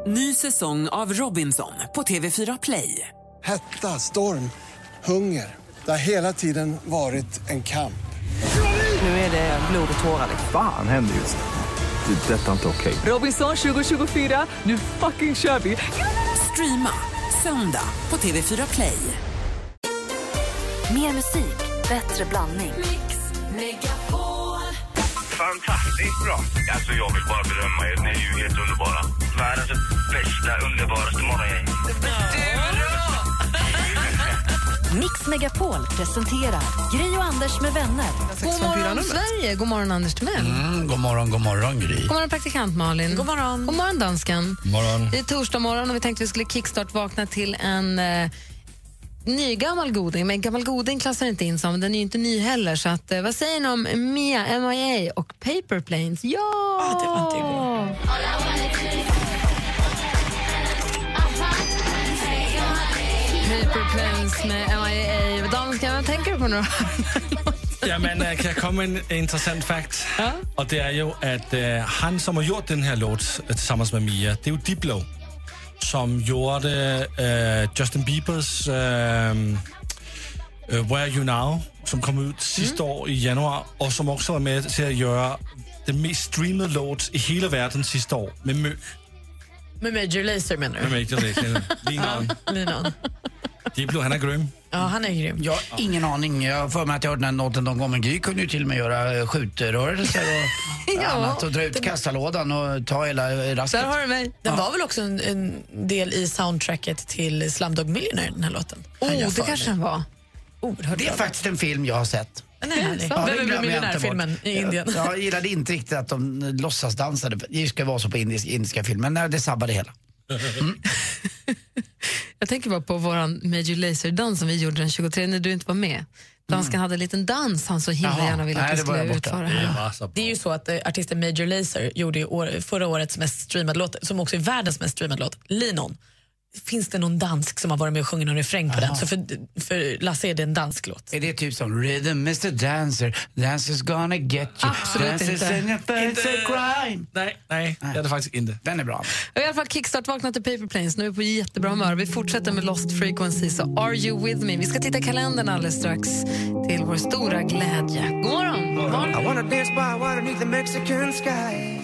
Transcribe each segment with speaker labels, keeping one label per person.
Speaker 1: Ny säsong av Robinson på TV4 Play.
Speaker 2: Hetta, storm, hunger. Det har hela tiden varit en kamp.
Speaker 1: Nu är det blod och tårar.
Speaker 3: Fan händer just det. Det är detta inte okej.
Speaker 1: Robinson 2024, nu fucking kör vi. Streama söndag på TV4 Play.
Speaker 4: Mer musik, bättre blandning.
Speaker 5: Mix Megapol.
Speaker 6: Fantastiskt bra. Alltså jag vill bara berömma er. Ni är ju helt underbara. Världens bästa, underbaraste morgongäng.
Speaker 4: Mix Megapol presenterar Gry och Anders med vänner.
Speaker 7: God morgon Sverige, god morgon Anders Timell.
Speaker 8: God morgon Gry.
Speaker 7: God morgon praktikant Malin.
Speaker 5: God morgon.
Speaker 7: God morgon dansken.
Speaker 8: God morgon.
Speaker 7: Det är torsdag morgon och vi tänkte vi skulle kickstart-vakna till en ny gammal goding. Men gammal goding klassar inte in som, den är ju inte ny heller. Så att, vad säger ni om MIA och Paper Planes? Ja!
Speaker 5: Det var inte igår.
Speaker 7: Paper Planes med MIA. Dansken, vad tänker du på nu?
Speaker 9: Ja, men kan jag komma med en intressant fakt? Ja? Och det är ju att han som har gjort den här låt tillsammans med Mia, det är ju Diplo som gjorde Justin Biebers Where You Now, som kom ut sista år i januari och som också var med till att göra den mest streamade låt i hela världen sista år med
Speaker 5: Med Major Lazer menar du?
Speaker 9: Med Major Lazer,
Speaker 5: Linan.
Speaker 9: Diplo, han är grym.
Speaker 5: Ja, han är grym.
Speaker 8: Jag har ingen aning. Jag har för mig att jag hört den här låten någon gång. Men Gry kunde ju till och med göra skjutrörelser och annat. Och dra ut kassalådan och ta hela rasket.
Speaker 7: Där har du mig.
Speaker 5: Den var väl också en del i soundtracket till Slumdog Millionaire, den här låten.
Speaker 7: Det kanske den var.
Speaker 8: Det är faktiskt en film jag har sett.
Speaker 5: Den är härlig.
Speaker 8: Ja,
Speaker 5: Vem blev miljonärfilmen i Indien?
Speaker 8: Jag gillade inte riktigt att de låtsasdansade. Det ska vara så på indiska filmer. Men det sabbade hela.
Speaker 7: Jag tänker bara på våran Major Lazer-dans som vi gjorde den 23 när du inte var med. Danskan hade en liten dans han så himla gärna ville att vi skulle utföra här.
Speaker 5: Det är ju så att artisten Major Lazer gjorde ju förra årets mest streamade låt, som också är världens mest streamade låt, Linon. Finns det någon dansk som har varit med och sjungit någon refräng på den? Så för Lasse är det en dansk låt.
Speaker 8: Är det typ som Rhythm Mr. Dancer, Dancer's gonna get you.
Speaker 7: Absolut inte.
Speaker 9: Nej, det är det faktiskt inte.
Speaker 8: Den är bra.
Speaker 7: I alla fall kickstart vaknat till Paper Planes. Nu är vi på jättebra humör. Vi fortsätter med Lost Frequency. Så Are You With Me? Vi ska titta i kalendern alldeles strax till vår stora glädje. God morgon! God morgon.
Speaker 10: I wanna dance by water beneath the Mexican sky.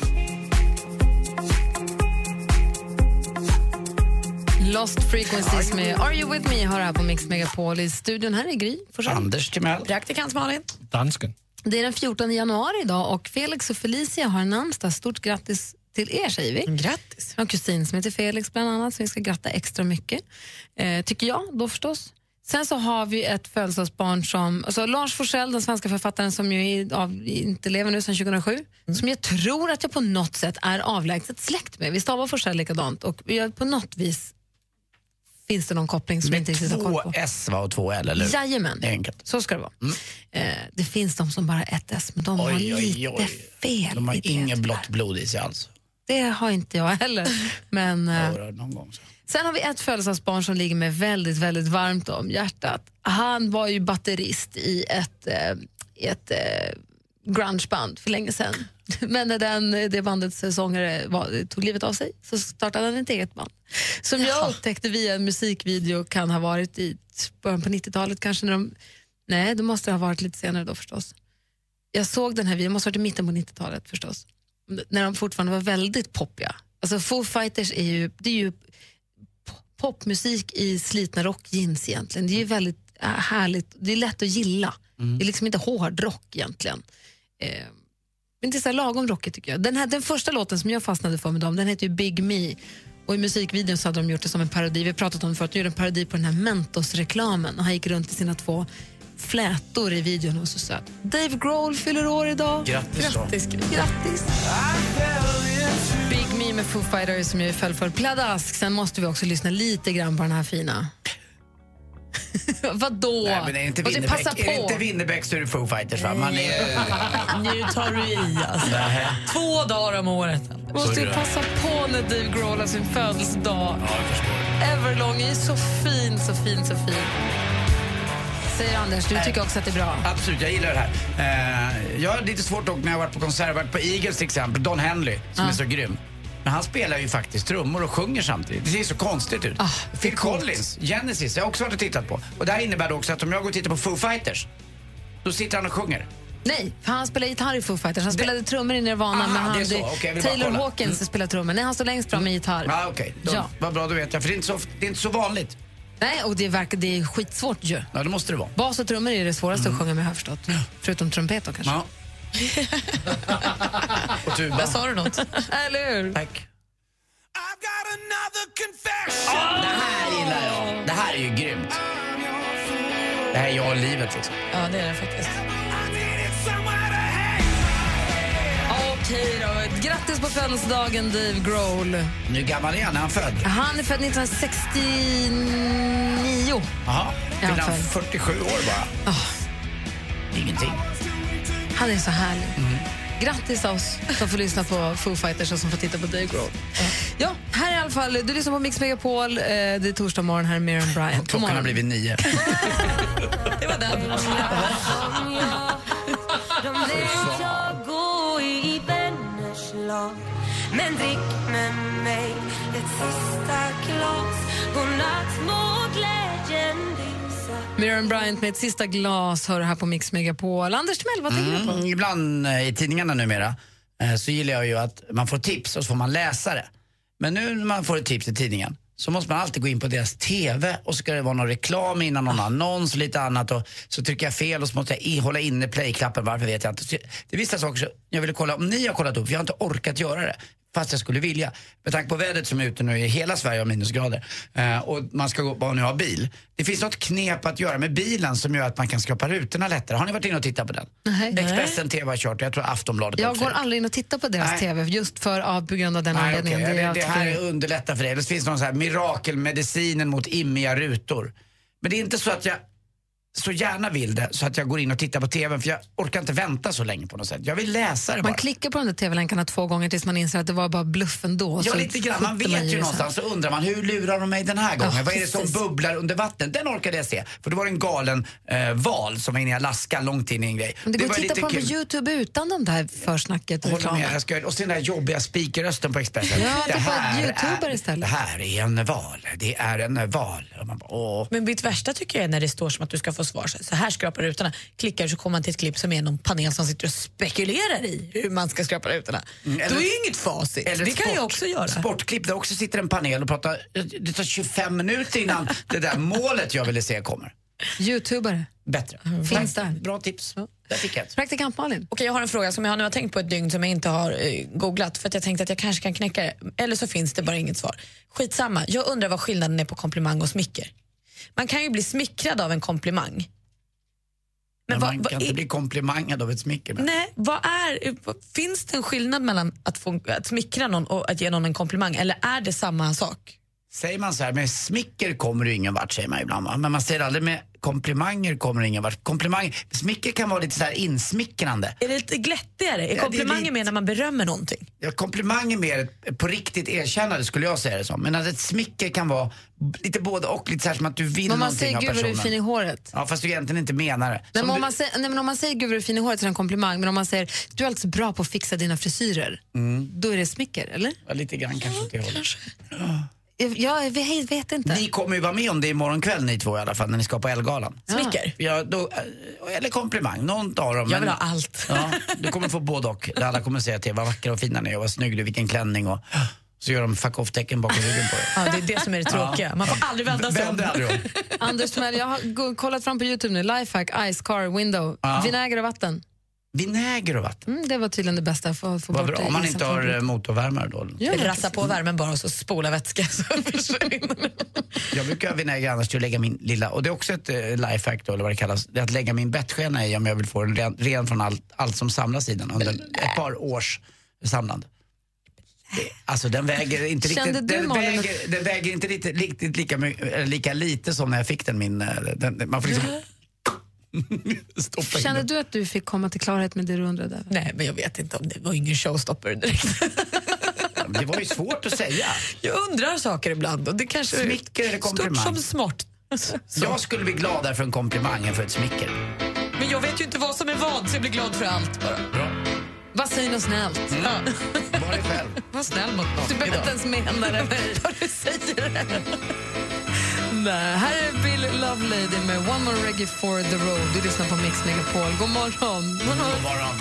Speaker 7: Lost Frequencies med Are You With Me har här på Mix Megapol. I studion här är Gry.
Speaker 8: Anders Timell.
Speaker 5: Praktikant Malin.
Speaker 9: Dansken.
Speaker 7: Det är den 14 januari idag och Felix och Felicia har en namnsdag. Stort grattis till er, säger vi.
Speaker 5: Grattis.
Speaker 7: En kusin som heter Felix bland annat, som vi ska gratta extra mycket. Tycker jag då förstås. Sen så har vi ett födelsedagsbarn som, alltså Lars Forssell, den svenska författaren som ju inte lever nu sedan 2007, som jag tror att jag på något sätt är avlägset släkt med. Vi stavar Forssell likadant och på något vis finns det någon koppling som inte riktigt har koll på.
Speaker 8: 2 S och 2 L, eller?
Speaker 7: Jajamän,
Speaker 8: det är enkelt.
Speaker 7: Så ska det vara. Det finns de som bara har ett S, men de har lite fel.
Speaker 8: De har inget blått blod i sig alls.
Speaker 7: Det har inte jag heller. Men,
Speaker 8: någon gång så.
Speaker 7: Sen har vi ett födelsedagsbarn som ligger med väldigt, väldigt varmt om hjärtat. Han var ju batterist i ett grungeband för länge sedan. Men när det bandets sångare tog livet av sig så startade han ett eget band. Som jag upptäckte via en musikvideo kan ha varit i början på 90-talet kanske. Nej, det måste ha varit lite senare då förstås. Jag såg den här videon, måste ha varit i mitten på 90-talet förstås. När de fortfarande var väldigt poppiga. Alltså Foo Fighters det är ju popmusik i slitna rockjeans egentligen. Det är ju väldigt härligt. Det är lätt att gilla. Det är liksom inte hårdrock egentligen. Men det är så här lagom rockigt tycker jag. Den första låten som jag fastnade för med dem, den heter ju Big Me. Och i musikvideon så hade de gjort det som en parodi. Vi har pratat om det förut, de gjorde en parodi på den här Mentos-reklamen. Och han gick runt i sina 2 flätor i videon och så söt. Dave Grohl fyller år idag.
Speaker 8: Grattis.
Speaker 7: Big Me med Foo Fighters som jag föll för pladask. Sen måste vi också lyssna lite grann på den här fina. Vadå?
Speaker 8: Nej, men är inte Winnerbäck, är det inte Winnerbäck så är det Foo Fighters, va? Man är...
Speaker 5: Nu tar du i, alltså. 2 dagar om året.
Speaker 7: Måste ju passa på när Dave Grohl har sin födelsedag.
Speaker 8: Ja, jag förstår.
Speaker 7: Everlong är så fin. Säger Anders, du tycker också att det är bra?
Speaker 8: Absolut, jag gillar det här. Jag har lite svårt dock när jag har varit på konsert, varit på Eagles till exempel, Don Henley, som är så grym. Men han spelar ju faktiskt trummor och sjunger samtidigt. Det ser så konstigt ut. Phil Collins, Genesis, jag har också varit och tittat på. Och det här innebär också att om jag går och tittar på Foo Fighters, då sitter han och sjunger.
Speaker 7: Nej, för han spelar gitarr i Foo Fighters. Han spelade trummor i Nirvana, men han Taylor Hawkins spelar trummor. Nej, han står längst fram med gitarr.
Speaker 8: Okej. Vad bra, då vet jag. För det är inte så vanligt.
Speaker 7: Nej, och det är skitsvårt ju.
Speaker 8: Ja, det måste det vara.
Speaker 7: Bas och trummor är det svåraste att sjunga med, har förstått. Förutom trumpet då kanske.
Speaker 8: Ja. Och tuba.
Speaker 5: Där sa du något.
Speaker 7: Eller hur?
Speaker 8: Tack. Det här gillar jag. Det här är ju grymt. Det här är jag och livet liksom.
Speaker 5: Ja, det är det faktiskt.
Speaker 7: Okej då. Grattis på födelsedagen, Dave Grohl.
Speaker 8: Hur gammal är han? Är han född?
Speaker 7: Han är född 1969.
Speaker 8: Jaha. Fyller han 47 år bara? Ingenting.
Speaker 7: Han är så härlig. Grattis oss som får lyssna på Foo Fighters och som får titta på Dave Grohl. Ja, här är i alla fall, du lyssnar på Mix Megapol. Det är torsdag morgon, här är Miriam Bryant.
Speaker 8: Klockan har blivit 9.
Speaker 5: Det var den.
Speaker 10: Men drick med mig ett sista glas. Godnatt må glädjen lysa.
Speaker 7: Miriam Bryant med ett sista glas hör här på Mix Megapol. Anders Timell, vad tänker du på?
Speaker 8: Ibland i tidningarna numera så gillar jag ju att man får tips och så får man läsa det. Men nu när man får ett tips i tidningen så måste man alltid gå in på deras TV och så ska det vara någon reklam innan någon annons och lite annat och så trycker jag fel och så måste jag hålla inne play-knappen, varför vet jag inte. Det är vissa saker så jag ville kolla om ni har kollat upp, för jag har inte orkat göra det. Fast jag skulle vilja. Med tanke på vädret som är ute nu i hela Sverige har minusgrader. Och man ska gå och nu ha bil. Det finns något knep att göra med bilen som gör att man kan skrapa rutorna lättare. Har ni varit inne och tittat på den?
Speaker 7: Nej.
Speaker 8: Expressen TV har kört, jag tror Aftonbladet
Speaker 7: jag
Speaker 8: också.
Speaker 7: går aldrig in och tittar på deras TV just på grund av den anledningen.
Speaker 8: Okay. Det här underlättar för det. Det finns någon så här mirakelmedicinen mot immiga rutor. Men det är inte så att jag så gärna vill det så att jag går in och tittar på TV:n, för jag orkar inte vänta så länge på något sätt. Jag vill läsa det bara.
Speaker 7: Man klickar på de där TV-länkarna 2 gånger tills man inser att det var bara bluff ändå.
Speaker 8: Ja, lite grann. Man vet ju någonstans, så undrar man, hur lurar de mig den här gången? Vad är det som bubblar under vattnet? Den orkade jag se. För det var en galen val som var inne i Alaska långt in i en grej.
Speaker 7: Men det går att titta på YouTube utan de där försnacket och reklam.
Speaker 8: Och sen den där jobbiga speakerrösten på Expressen.
Speaker 7: Ja, det var YouTuber istället.
Speaker 8: Det här är en val. Det är en val. Och man bara,
Speaker 5: Men mitt värsta tycker jag är när det står som att du ska få svar. Så här skrapar rutorna. Klickar så kommer man till ett klipp som är någon panel som sitter och spekulerar i hur man ska skrapa rutorna. Då är ju inget facit. Eller det kan jag också göra.
Speaker 8: Sportklipp där också sitter en panel och pratar. Det tar 25 minuter innan det där målet jag ville se kommer.
Speaker 7: YouTubare.
Speaker 8: Bättre.
Speaker 7: Finns där.
Speaker 8: Bra tips. Där fick jag ett.
Speaker 7: Praktikant Malin.
Speaker 5: Okej, jag har en fråga som jag nu har tänkt på ett dygn som jag inte har googlat för att jag tänkte att jag kanske kan knäcka det. Eller så finns det bara inget svar. Skitsamma. Jag undrar vad skillnaden är på komplimang och smicker. Man kan ju bli smickrad av en komplimang.
Speaker 8: Men man kan inte bli komplimangad av ett smicker.
Speaker 5: Nej, finns det en skillnad mellan att smickra någon och att ge någon en komplimang? Eller är det samma sak?
Speaker 8: Säger man så här, med smicker kommer du ingen vart, säger man ibland, va? Men man säger aldrig med komplimanger kommer du ingen vart. Smicker kan vara lite så här insmickrande.
Speaker 5: Är det lite glättigare? Är komplimanger mer när man berömmer någonting?
Speaker 8: Ja, komplimanger mer på riktigt erkännande skulle jag säga det som. Men att ett smicker kan vara lite både och, lite så här som att du vill någonting av personen.
Speaker 7: Man säger gud vad du är fin i håret.
Speaker 8: Ja, fast du egentligen inte menar det.
Speaker 7: Men om man säger gud vad du är fin i håret så är det en komplimang. Men om man säger du är alltså bra på att fixa dina frisyrer, då är det smicker, eller?
Speaker 8: Ja, lite grann kanske inte håller.
Speaker 7: Jag vet inte.
Speaker 8: Ni kommer ju vara med om det imorgon kväll, ni två i alla fall, när ni ska på Ellegalan.
Speaker 5: Smicker?
Speaker 8: Ja, eller komplimang, någon av dem.
Speaker 5: Jag vill ha allt.
Speaker 8: Ja, du kommer få både och. Alla kommer säga till vad vackra och fina ni är, vad snygg du, vilken klänning och så gör de fuck off-tecken bakom ryggen på er.
Speaker 5: Ja, det är det som är det tråkiga. Man får aldrig vända sig om.
Speaker 7: Anders, jag har kollat fram på YouTube nu. Lifehack, ice, car, window, vinäger och vatten.
Speaker 8: Vinäger och vatten?
Speaker 7: Det var tydligen det bästa för att få bort det.
Speaker 8: Om man inte har motorvärmare då?
Speaker 5: Ja, rassa på värmen bara och så spola vätska så försvinner.
Speaker 8: Jag brukar ha vinäger annars till att lägga min lilla, och det är också ett lifehack då, eller vad det kallas, det är att lägga min bettskena i om jag vill få den ren från allt som samlas i den under ett par års samlande. Alltså den väger inte riktigt, den väger inte riktigt lika lite som när jag fick den man får liksom
Speaker 7: Kände du att du fick komma till klarhet med det du undrade?
Speaker 5: Nej, men jag vet inte om det var ingen showstopper direkt.
Speaker 8: Det var ju svårt att säga.
Speaker 5: Jag undrar saker ibland och det kanske
Speaker 8: smicker eller komplimang.
Speaker 5: Stort som smart.
Speaker 8: Jag skulle bli gladare för en komplimang än för ett smicker.
Speaker 5: Men jag vet ju inte vad som är vad, så jag blir glad för allt bara.
Speaker 8: Bra.
Speaker 7: Vad säger något snällt?
Speaker 8: Var det själv.
Speaker 5: Var snäll mot någon.
Speaker 7: Du behöver inte ens mena det, vad du säger. Nej, här är Bill Lovelady med One More Reggae for the Road. Du lyssnar på Mix Megapol. God morgon.
Speaker 8: God morgon.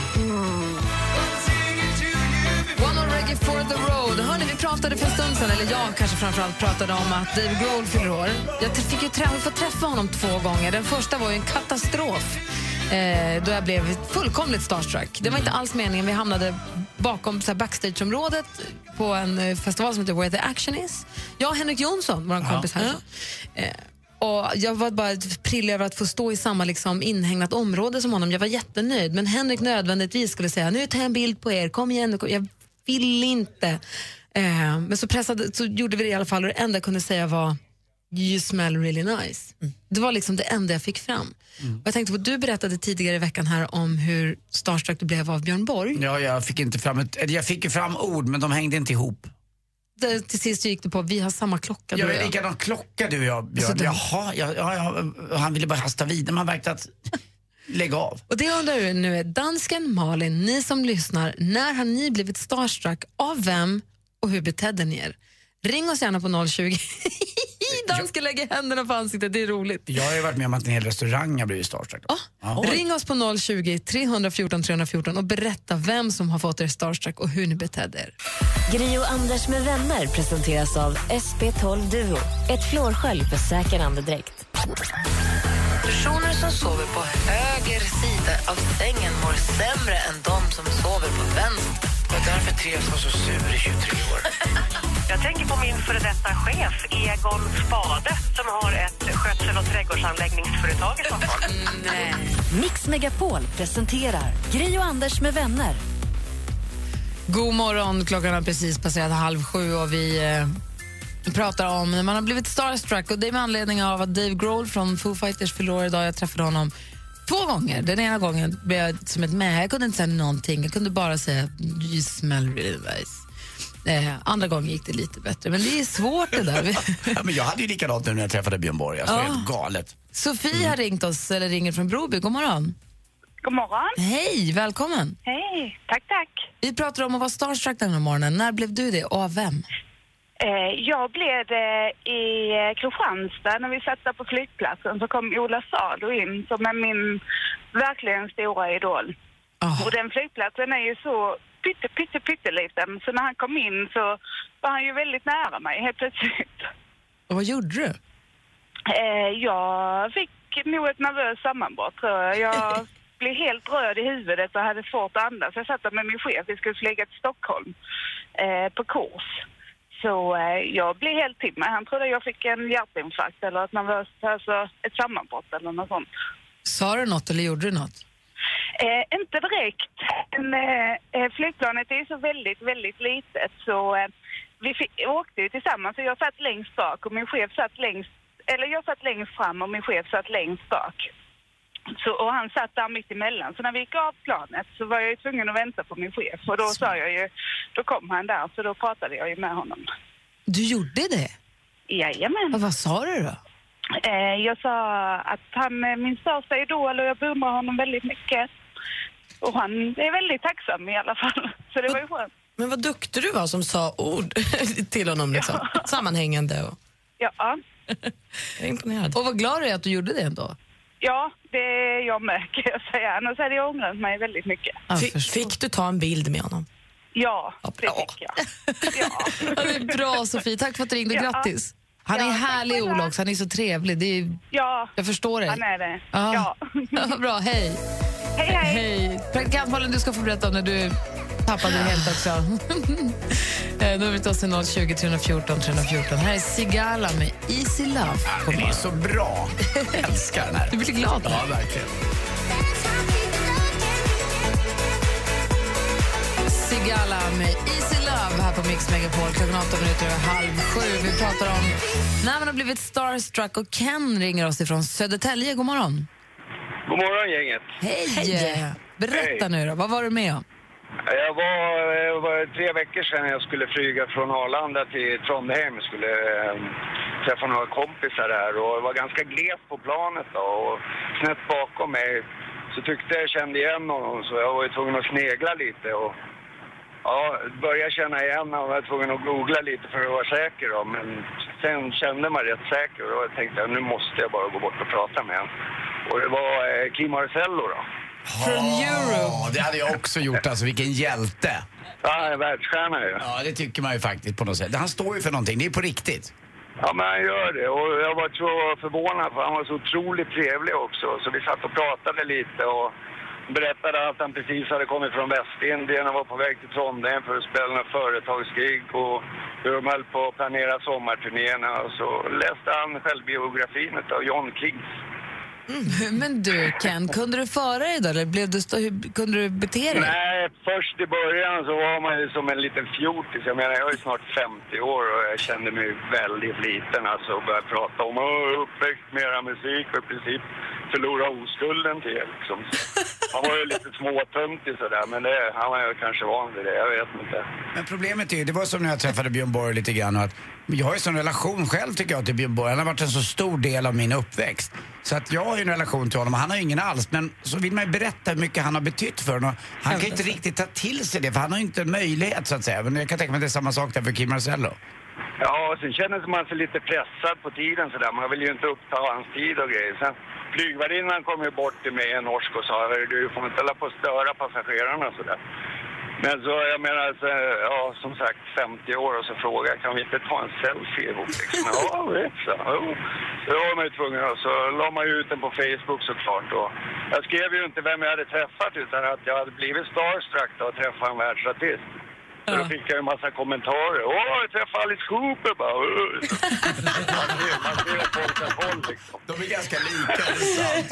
Speaker 7: One More Reggae for the Road. Hörrni, vi pratade för en stund sedan, eller jag kanske framförallt pratade om att Dave Grohl fyller år. Jag fick ju träffa honom 2 gånger. Den första var ju en katastrof. Då jag blev fullkomligt starstruck. Det var inte alls meningen. Vi hamnade bakom backstageområdet på en festival som heter Where the Action Is. Jag och Henrik Jonsson, vår kompis här. Och jag var bara prill över att få stå i samma inhägnat område som honom. Jag var jättenöjd. Men Henrik nödvändigtvis skulle säga, nu tar jag en bild på er, kom igen. Jag vill inte. Men så gjorde vi det i alla fall. Och det enda jag kunde säga var, you smell really nice. Det var det enda jag fick fram. Och jag tänkte på, du berättade tidigare i veckan här om hur starstruck du blev av Björn Borg.
Speaker 8: Ja, jag fick ju fram ord, men de hängde inte ihop.
Speaker 7: Till sist gick det på, vi har samma klocka.
Speaker 8: Jag är likadan klocka du och jag, Björn. Jaha, han ville bara hasta vidare. Man märkte att lägg av.
Speaker 7: Och det undrar du nu är dansken Malin, ni som lyssnar, när har ni blivit starstruck? Av vem och hur betedde ni er? Ring oss gärna på 020. Dansken lägger händerna på ansiktet, det är roligt.
Speaker 8: Jag har ju varit med om att en hel restaurang har blivit starstruck.
Speaker 7: Ring oss på 020-314 314 och berätta vem som har fått er starstruck och hur ni betedde er.
Speaker 4: Gri och Anders med vänner presenteras av SP12 Duo. Ett flårskölj för säker andedräkt.
Speaker 7: Personer som sover på höger sida av sängen mår sämre än de som sover på vänster.
Speaker 8: Och därför trevs man så sur i 23 år.
Speaker 11: Jag tänker på min före detta chef, Egon Spade, som har ett skötsel- och trädgårdsanläggningsföretag i Stockholm.
Speaker 4: Nej. Mix Megapol presenterar Gri och Anders med vänner.
Speaker 7: God morgon, klockan har precis passerat 6:30 och vi pratar om när man har blivit starstruck. Och det är med anledning av att Dave Grohl från Foo Fighters förlorade idag. Jag träffade honom 2 gånger. Den ena gången blev jag som ett med. Jag kunde inte säga någonting. Jag kunde bara säga you smell really nice. Andra gången gick det lite bättre. Men det är svårt det där.
Speaker 8: Ja, men jag hade ju likadant nu när jag träffade Björn Borg. Alltså, det var helt galet.
Speaker 7: Sofie har ringt oss, eller ringer från Broby. God morgon.
Speaker 11: God morgon.
Speaker 7: Hej, välkommen.
Speaker 11: Hej, tack.
Speaker 7: Vi pratar om att vara starstruck den här morgonen. När blev du det och av vem?
Speaker 11: Jag blev det i Kristianstad när vi satt där på flygplatsen. Så kom Ola Salo in som är min verkligen stora idol. Och den flygplatsen är ju så pytteliten. Så när han kom in så var han ju väldigt nära mig helt plötsligt.
Speaker 7: Och vad gjorde du?
Speaker 11: Jag fick nog ett nervöst sammanbrott tror jag. Jag blev helt röd i huvudet och hade svårt att andas. Jag satt där med min chef. Vi skulle flyga till Stockholm på kurs. Så jag blev helt till mig. Han trodde jag fick en hjärtinfarkt eller ett sammanbrott eller något sånt.
Speaker 7: Sa du något eller gjorde du något?
Speaker 11: Inte direkt. Flygplanet är så väldigt, väldigt litet så vi åkte ju tillsammans. Så jag satt längst bak och min chef jag satt längst fram och min chef satt längst bak. Och han satt där mitt emellan. Så när vi gick av planet så var jag ju tvungen att vänta på min chef. Och då sa jag ju, då kom han där så då pratade jag ju med honom.
Speaker 7: Du gjorde det?
Speaker 11: Jajamän.
Speaker 7: Och vad sa du då?
Speaker 11: Jag sa att han är min största idol och jag beundrar honom väldigt mycket. Och han är väldigt tacksam i alla fall. Så det var ju skönt.
Speaker 5: Men vad duktig du var som sa ord till honom liksom. Sammanhängande och...
Speaker 11: Ja.
Speaker 5: Jag är imponerad.
Speaker 7: Och vad glad du är att du gjorde det ändå?
Speaker 11: Ja, det är jag med kan jag säga. Annars hade jag ångrat mig väldigt mycket.
Speaker 5: Fick du ta en bild med honom?
Speaker 11: Ja, det fick jag. Ja.
Speaker 7: Det är bra Sofie, tack för att du ringde, grattis. Han är härlig Ola också, han är så trevlig. Det är... Jag förstår dig.
Speaker 11: Han är det.
Speaker 7: Ja. Bra, hej. Hej. Praktikantbollen, du ska få berätta om när du tappade det helt också. Numret oss är 020 314 314. Här är Sigala med Easy Love.
Speaker 8: Ja, den är så bra. Jag älskar den här.
Speaker 7: Du blir glad.
Speaker 8: Ja, verkligen.
Speaker 7: Sigala med Easy Love här på Mix Megapol. Klockan 7:08. Vi pratar om när man har blivit starstruck och Ken ringer oss ifrån Södertälje. God morgon.
Speaker 12: God morgon gänget.
Speaker 7: Hej. Berätta nu då, vad var du med om?
Speaker 12: Jag var 3 veckor sedan jag skulle flyga från Arlanda till Trondheim. Jag skulle träffa några kompisar där och det var ganska glest på planet då, och snett bakom mig så tyckte jag kände igen honom, så jag var ju tvungen att snegla lite och började känna igen honom och var tvungen att googla lite för att vara säker då. Men sen kände man rätt säker och då tänkte jag nu måste jag bara gå bort och prata med honom. Och det var Kim Marcello då.
Speaker 7: Från Euro.
Speaker 8: Det hade jag också gjort, alltså vilken hjälte.
Speaker 12: Ja, en världsstjärna ju.
Speaker 8: Ja, det tycker man ju faktiskt på något sätt. Han står ju för någonting, det är på riktigt.
Speaker 12: Ja, men han gör det. Och jag var så förvånad för han var så otroligt trevlig också. Så vi satt och pratade lite och berättade att han precis hade kommit från Västindien och var på väg till Trondheim för att spela en företagsgig och hur de höll på att planera sommarturnéerna. Och så läste han självbiografin av John Cleese.
Speaker 7: Men du Ken, kunde du föra dig då eller kunde du bete dig?
Speaker 12: Nej, först i början så var man ju som en liten fjortis. Jag menar, jag är snart 50 år och jag kände mig väldigt liten alltså och började prata om uppväxt med era musik och i princip förlora oskulden till liksom. Han var ju lite småtöntig sådär, men han var ju kanske van vid det, jag vet inte.
Speaker 8: Men problemet är ju, det var som när jag träffade Björn Borg lite grann och att jag har ju sån relation själv tycker jag till Björn Borg. Han har varit en så stor del av min uppväxt. Så att jag har ju en relation till honom och han har ju ingen alls. Men så vill man ju berätta hur mycket han har betytt för honom. Han kan ju inte riktigt ta till sig det för han har ju inte möjlighet så att säga. Men jag kan tänka mig att det är samma sak där för Kim Marcello.
Speaker 12: Ja, och sen känner man sig lite pressad på tiden sådär. Man vill ju inte uppta hans tid och grejer. Sen flygvärdinnan kom ju bort till mig en norsk och sa du får inte hålla på att störa passagerarna sådär. Men så jag menar, så, ja som sagt 50 år och så frågar kan vi inte ta en selfie ihop liksom? Ja, vet så. Så var man ju tvungen och så la man ju ut den på Facebook såklart. Och jag skrev ju inte vem jag hade träffat utan att jag hade blivit starstruck och träffat en världsartist. Så då fick jag en massa kommentarer. Jag träffade Alice Cooper bara. Man ser på en håll liksom.
Speaker 8: De är ganska lika, det är sant.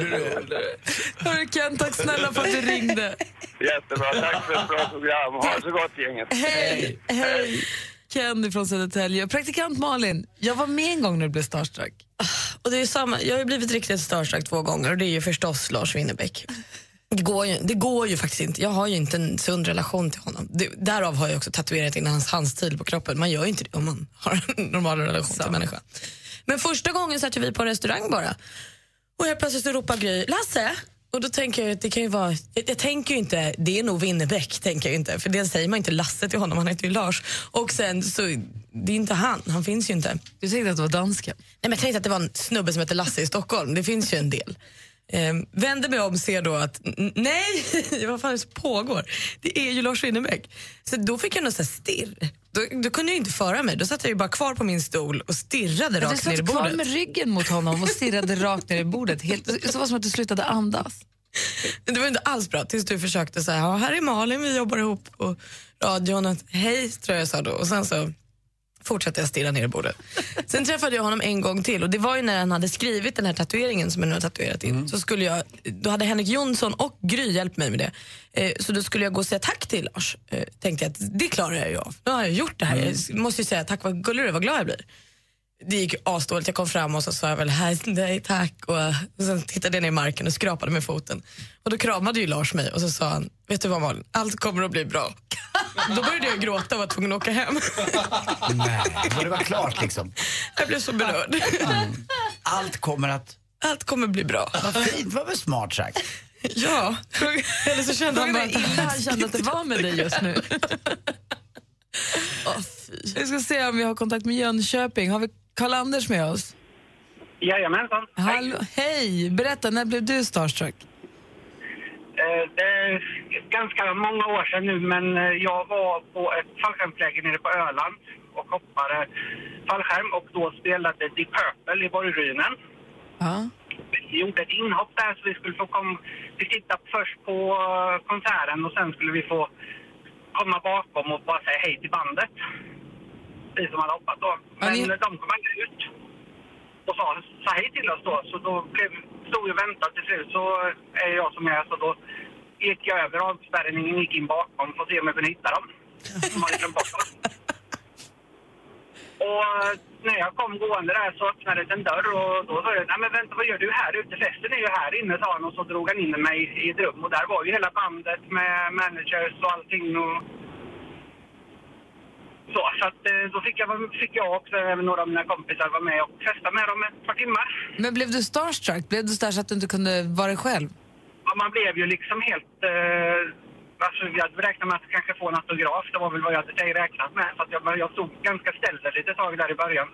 Speaker 7: Hörru Ken, tack snälla för att du ringde.
Speaker 12: Jättebra, tack för ett bra program. Ha så gott gänget.
Speaker 7: Hej, hej. Ken från Södertälje. Praktikant Malin, jag var med en gång när du blev starstruck.
Speaker 5: Och det är samma, jag har ju blivit riktigt starstruck 2 gånger och det är ju förstås Lars Winnerbäck. Det går ju faktiskt inte. Jag har ju inte en sund relation till honom. Därav har jag också tatuerat in hans handstil på kroppen. Man gör ju inte det om man har en normal relation till människa. Men första gången satt vi på en restaurang bara. Och helt plötsligt så ropar Gry, Lasse! Och då tänker jag att det kan ju vara... Jag tänker ju inte, det är nog Winnerbäck, tänker jag inte. För det säger man inte Lasse till honom, han heter ju Lars. Och sen så, det är inte han finns ju inte.
Speaker 7: Du tänkte att det var dansken?
Speaker 5: Nej, men jag tänkte att det var en snubbe som heter Lasse i Stockholm. Det finns ju en del. Vänder mig om och ser då att nej, vad fan det pågår? Det är ju Lars Winnerbäck. Så då fick jag någon sån här stirr. Då kunde jag inte föra mig. Då satt jag ju bara kvar på min stol och stirrade rakt ner i bordet.
Speaker 7: Du satt kvar med ryggen mot honom och stirrade rakt ner i bordet. Så var som att du slutade andas.
Speaker 5: Det var inte alls bra tills du försökte säga, ja, här är Malin, vi jobbar ihop på radion. Hej, tror jag sa då. Och sen så fortsatte jag stirra ner i bordet. Sen träffade jag honom en gång till och det var ju när han hade skrivit den här tatueringen som jag nu har tatuerat in. Så då hade Henrik Jonsson och Gry hjälpt mig med det. Så då skulle jag gå och säga tack till Lars. Tänkte jag att det klarar jag ju av. Nu har jag gjort det här. Jag måste ju säga tack, vad gullig du är, vad glad jag blir. Det gick asdåligt, jag kom fram och så sa jag väl hej, tack och sen tittade jag ner i marken och skrapade med foten. Och då kramade ju Lars mig och så sa han, vet du vad Malin, allt kommer att bli bra. Då började jag gråta och var tvungen att åka hem.
Speaker 8: Nej, det var klart liksom.
Speaker 5: Jag blev så berörd.
Speaker 8: Allt kommer
Speaker 5: bli bra.
Speaker 8: Vad fint, vad väl smart sagt.
Speaker 5: Ja, eller så kände han bara
Speaker 7: han kände att det var med dig just nu. Vi ska se om vi har kontakt med Jönköping. Har vi Karl-Anders med oss?
Speaker 13: Jajamensan.
Speaker 7: Hej, berätta, när blev du starstruck?
Speaker 13: Det är ganska många år sedan nu, men jag var på ett fallskärmsläger nere på Öland och hoppade fallskärm och då spelade Deep Purple i Borgrynen.
Speaker 7: Ja.
Speaker 13: Vi gjorde ett inhopp där så vi skulle få titta först på konserten och sen skulle vi få komma bakom och bara säga hej till bandet. Vi som hade hoppat då. Men de kom aldrig ut och sa hej till oss då. Så då stod vi och väntade till slut. Så är jag som jag är. Så då gick jag över avspärrningen, gick in bakom för att se om jag kunde hitta dem. De hade glömt bort dem. Och när jag kom gående där så öppnades en dörr och då sa jag, nej men vänta, vad gör du här ute? Festen är ju här inne, sa han, och så drog han in mig i ett rum och där var ju hela bandet med managers och allting och så att då fick jag också, även några av mina kompisar var med och festa med dem ett par timmar.
Speaker 7: Men blev du starstruck? Blev du så att du inte kunde vara dig själv?
Speaker 13: Ja, man blev ju liksom helt... Alltså jag räknade med att kanske få en autograf. Det var väl vad jag hade räknat med. Så att jag stod ganska ställd lite tag där i början.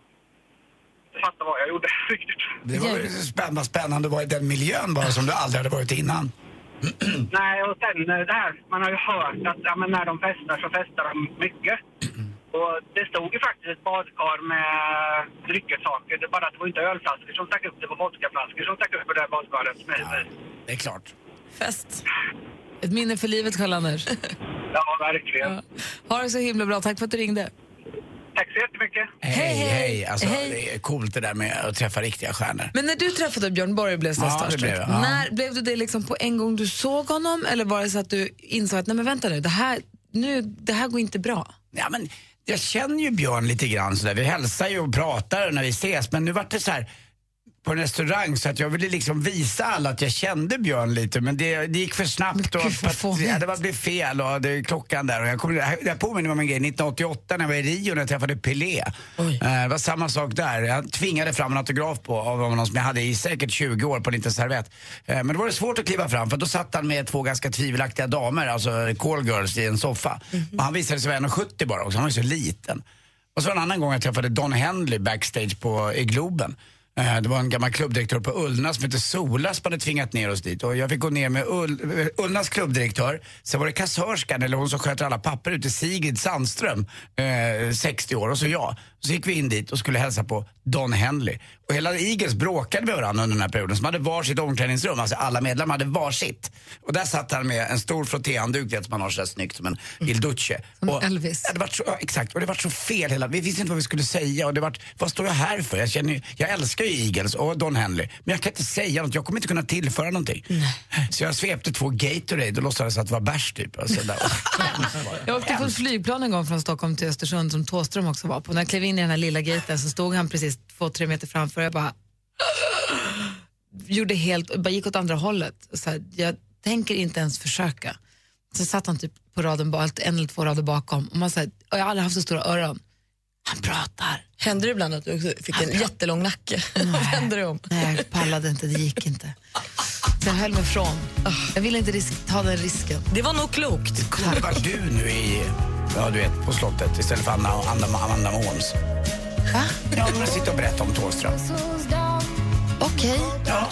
Speaker 13: Jag fattade vad jag gjorde riktigt.
Speaker 8: Det var ju spännande att vara i den miljön bara som du aldrig hade varit innan.
Speaker 13: Nej, och sen det här, man har ju hört att ja, men när de festar så festar de mycket. Och det stod ju faktiskt ett badkar med dryckessaker. Det bara att det var inte ölflaskor som stack upp, det var vodkaflaskor som stack upp på det här badkaret.
Speaker 8: Ja, det är klart.
Speaker 5: Fest.
Speaker 7: Ett minne för livet, Karl-Anders.
Speaker 13: Ja, verkligen.
Speaker 7: Ja. Ha det så himla bra. Tack för att du ringde.
Speaker 13: Tack så jättemycket.
Speaker 8: Hej. Alltså, det är coolt det där med att träffa riktiga stjärnor.
Speaker 7: Men när du träffade Björn Borg blev det
Speaker 8: det blev jag. Ja.
Speaker 7: När blev du det liksom på en gång du såg honom? Eller var det så att du insåg att nej men vänta nu, det här går inte bra?
Speaker 8: Ja, men jag känner ju Björn lite grann sådär. Vi hälsar ju och pratar när vi ses. Men nu var det så här på en restaurang så att jag ville liksom visa alla att jag kände Björn lite, men det gick för snabbt och det blev fel och det klockan där och jag påminner mig om en grej 1988 när jag var i Rio när jag träffade Pelé. Det var samma sak där. Jag tvingade fram en autograf av honom som jag hade i säkert 20 år på en liten servett. Men då var det svårt att kliva fram för då satt han med 2 ganska tvivelaktiga damer, alltså callgirls i en soffa. Och han visade sig vara 1,70 bara också, han var ju så liten. Och så en annan gång jag träffade Don Henley backstage i Globen. Det var en gammal klubbdirektör på Ullna som heter Sola som hade tvingat ner oss dit. Och jag fick gå ner med Ullnas klubbdirektör. Sen var det kassörskan, eller hon som sköter alla papper ute, Sigrid Sandström, 60 år, och så jag. Så gick vi in dit och skulle hälsa på Don Henley. Och hela Eagles bråkade med varandra under den här perioden. Som hade varsitt omklädningsrum, alltså alla medlemmar hade varsitt. Och där satt han med en stor frottéhandduk, som man har så snyggt som en Il Duce.
Speaker 7: Som
Speaker 8: och
Speaker 7: Elvis.
Speaker 8: Ja, det var så, exakt, och det var så fel hela. Vi visste inte vad vi skulle säga och det var, vad står jag här för? Jag älskar ju Eagles och Don Henley, men jag kan inte säga något, jag kommer inte kunna tillföra någonting. Så jag svepte 2 Gatorade och låtsades att det var bärs typ. Alltså,
Speaker 7: jag åkte på ett flygplan en gång från Stockholm till Östersund som Thåström också var på. När jag klev in i den här lilla gaten så stod han precis 2-3 meter framför och jag bara gick åt andra hållet. Så här, jag tänker inte ens försöka. Så satt han typ på raden, 1 eller 2 rader bakom och man sa, och jag har aldrig haft så stora öron. Han pratar.
Speaker 5: Hände det ibland att du fick en jättelång nacke? Vad hände det om?
Speaker 7: Nej, jag pallade inte, det gick inte. Så jag höll mig ifrån. Jag ville inte ta den risken.
Speaker 5: Det var nog klokt.
Speaker 8: Det var du nu på slottet istället för Amanda Måns.
Speaker 7: Va?
Speaker 8: Ja, men sitter och berättar om Thåström.
Speaker 7: Okej.
Speaker 8: Ja.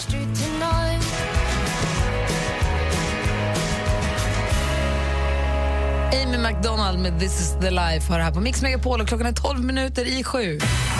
Speaker 7: Amy McDonald med This is the Life har det här på Mix Megapol och klockan är 12:12.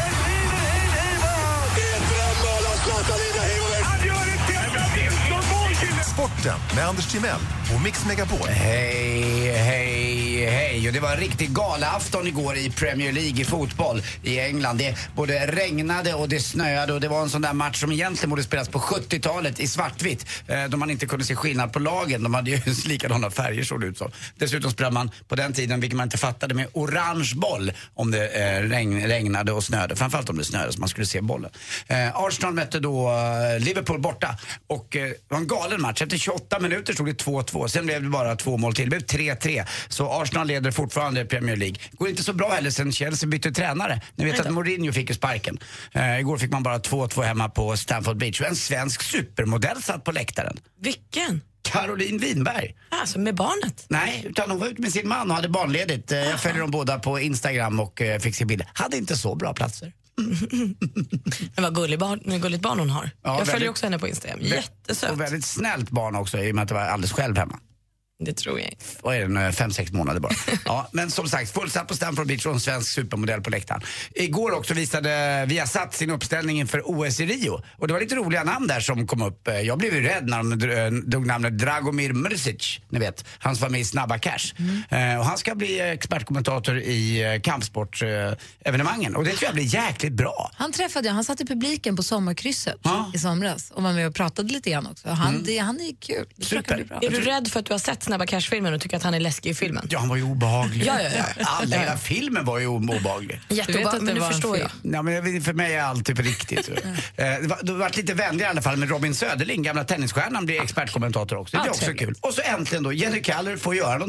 Speaker 14: Sporten med Anders Timell och Mix Megapol.
Speaker 8: Hej. Och det var en riktig galaafton igår i Premier League i fotboll i England. Det både regnade och det snöade och det var en sån där match som egentligen borde spelas på 70-talet i svartvitt. Då man inte kunde se skillnad på lagen. De hade ju likadana färger, såg det ut så. Dessutom spelade man på den tiden, vilket man inte fattade, med orange boll om det regnade och snöade. Framförallt om det snöade så man skulle se bollen. Arsenal mötte då Liverpool borta och det var en galen match. Efter 28 minuter stod det 2-2. Sen blev det bara 2 mål till. Det blev 3-3. Så Arsenal leder fortfarande Premier League. Går inte så bra heller sen Chelsea bytte tränare. Ni vet att Mourinho fick ju sparken. Igår fick man bara 2-2 hemma på Stamford Bridge. Och en svensk supermodell satt på läktaren.
Speaker 5: Vilken?
Speaker 8: Caroline Winberg.
Speaker 5: Alltså med barnet?
Speaker 8: Nej, utan hon var ute med sin man och hade barnledigt. Jag följer dem båda på Instagram och fick se bilder. Hade inte så bra platser.
Speaker 5: Det var gulligt barn hon har.
Speaker 8: Ja,
Speaker 5: jag följer också henne på Instagram. Jättesöt.
Speaker 8: Och väldigt snällt barn också i och med att det var alldeles själv hemma.
Speaker 5: Det tror jag inte.
Speaker 8: Vad är det, 5-6 månader bara. Ja, men som sagt, fullsatt på Stamford Beach och en svensk supermodell på läktaren. Igår också visade Viasat sin uppställning inför OS i Rio. Och det var lite roliga namn där som kom upp. Jag blev ju rädd när de drog namnet Dragomir Mrsic, ni vet. Han var med i Snabba Cash. Och han ska bli expertkommentator i kampsportsevenemangen. Och det tror jag blir jäkligt bra.
Speaker 7: Han satt i publiken på sommarkrysset i somras och var med och pratade lite grann också. Han är kul. Det
Speaker 8: Super.
Speaker 7: bra.
Speaker 5: Är du rädd för att du har sett Snabba Cash-filmen och tycker att han är läskig i filmen?
Speaker 8: Ja, han var ju obehaglig.
Speaker 5: Ja.
Speaker 8: Hela filmen var ju obehaglig.
Speaker 5: Jätteobehaglig, men det förstår jag.
Speaker 8: Ja, men för mig är allt typ riktigt. Det var lite vänligare i alla fall med Robin Söderling, gamla tennisstjärnan, blir expertkommentator också. Det är också kul. Och så äntligen då, Jenny Kaller får göra någonting.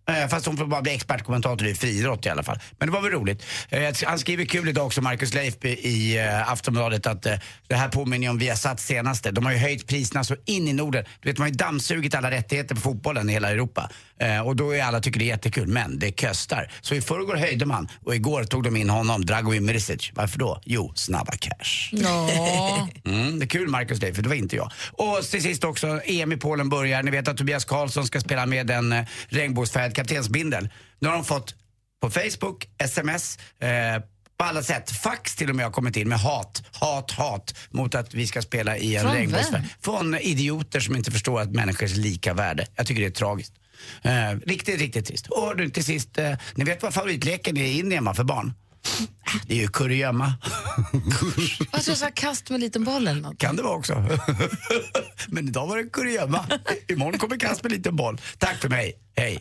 Speaker 8: Fast hon får bara bli expertkommentator i friidrott i alla fall. Men det var väl roligt. Han skriver kul idag också, Marcus Leif i Aftonbladet, att det här påminner om Viasat senaste. De har ju höjt priserna så in i Norden. Du vet, de har ju dammsugit alla rättigheter på fotbollen i hela Europa. Och då är alla tycker det är jättekul, men det köstar. Så i förrgår höjde man, och igår tog de in honom, Dragoin Mirisic. Varför då? Jo, snabba cash.
Speaker 7: Ja.
Speaker 8: Det är kul, Marcus Leif, för det var inte jag. Och till sist också, EM i Polen börjar. Ni vet att Tobias Karlsson ska spela med en regnbågsfärgad kaptensbindel. Nu har de fått på Facebook, sms, på alla sätt, fax till och med har kommit in med hat mot att vi ska spela i en regnbågsfärg. Från idioter som inte förstår att människors lika värde. Jag tycker det är tragiskt. Riktigt trist. Och till sist, ni vet vad favoritleken är i Indien för barn? Det är ju kurragömma.
Speaker 7: Vad tror jag, kast med liten boll eller något?
Speaker 8: Kan det vara också. Men idag var det kurragömma. Imorgon kommer kast med liten boll. Tack för mig. Hej.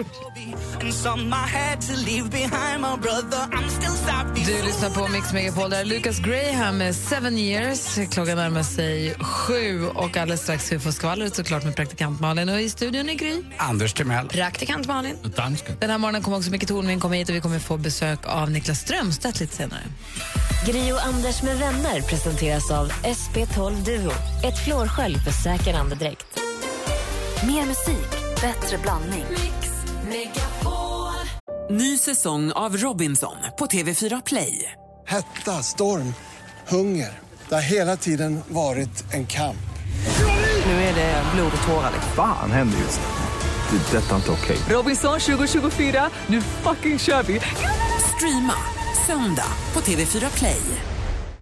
Speaker 7: Du lyssnar på Mix Megapol, där Lucas Graham med 7 years. Klockan närmar sig 7 och alldeles strax vi får skvallret såklart med praktikant Malin. Och i studion är Gry.
Speaker 8: Anders Timell.
Speaker 7: Praktikant Malin.
Speaker 9: Dansken.
Speaker 7: Den här morgonen kommer också Micke Tornving komma hit och vi kommer få besök av Niklas Strömstedt lite senare.
Speaker 4: Gry och Anders med vänner presenteras av SP12 Duo. Ett flårskölj för säker andedräkt.
Speaker 15: Mer musik, bättre blandning.
Speaker 1: Ny säsong av Robinson på TV4 Play.
Speaker 2: Hetta, storm, hunger. Det har hela tiden varit en kamp.
Speaker 1: Nu är det blod och tårar.
Speaker 3: Fan händer just det. Det är detta inte okej.
Speaker 1: Robinson 2024, nu fucking kör vi. Streama söndag på TV4 Play.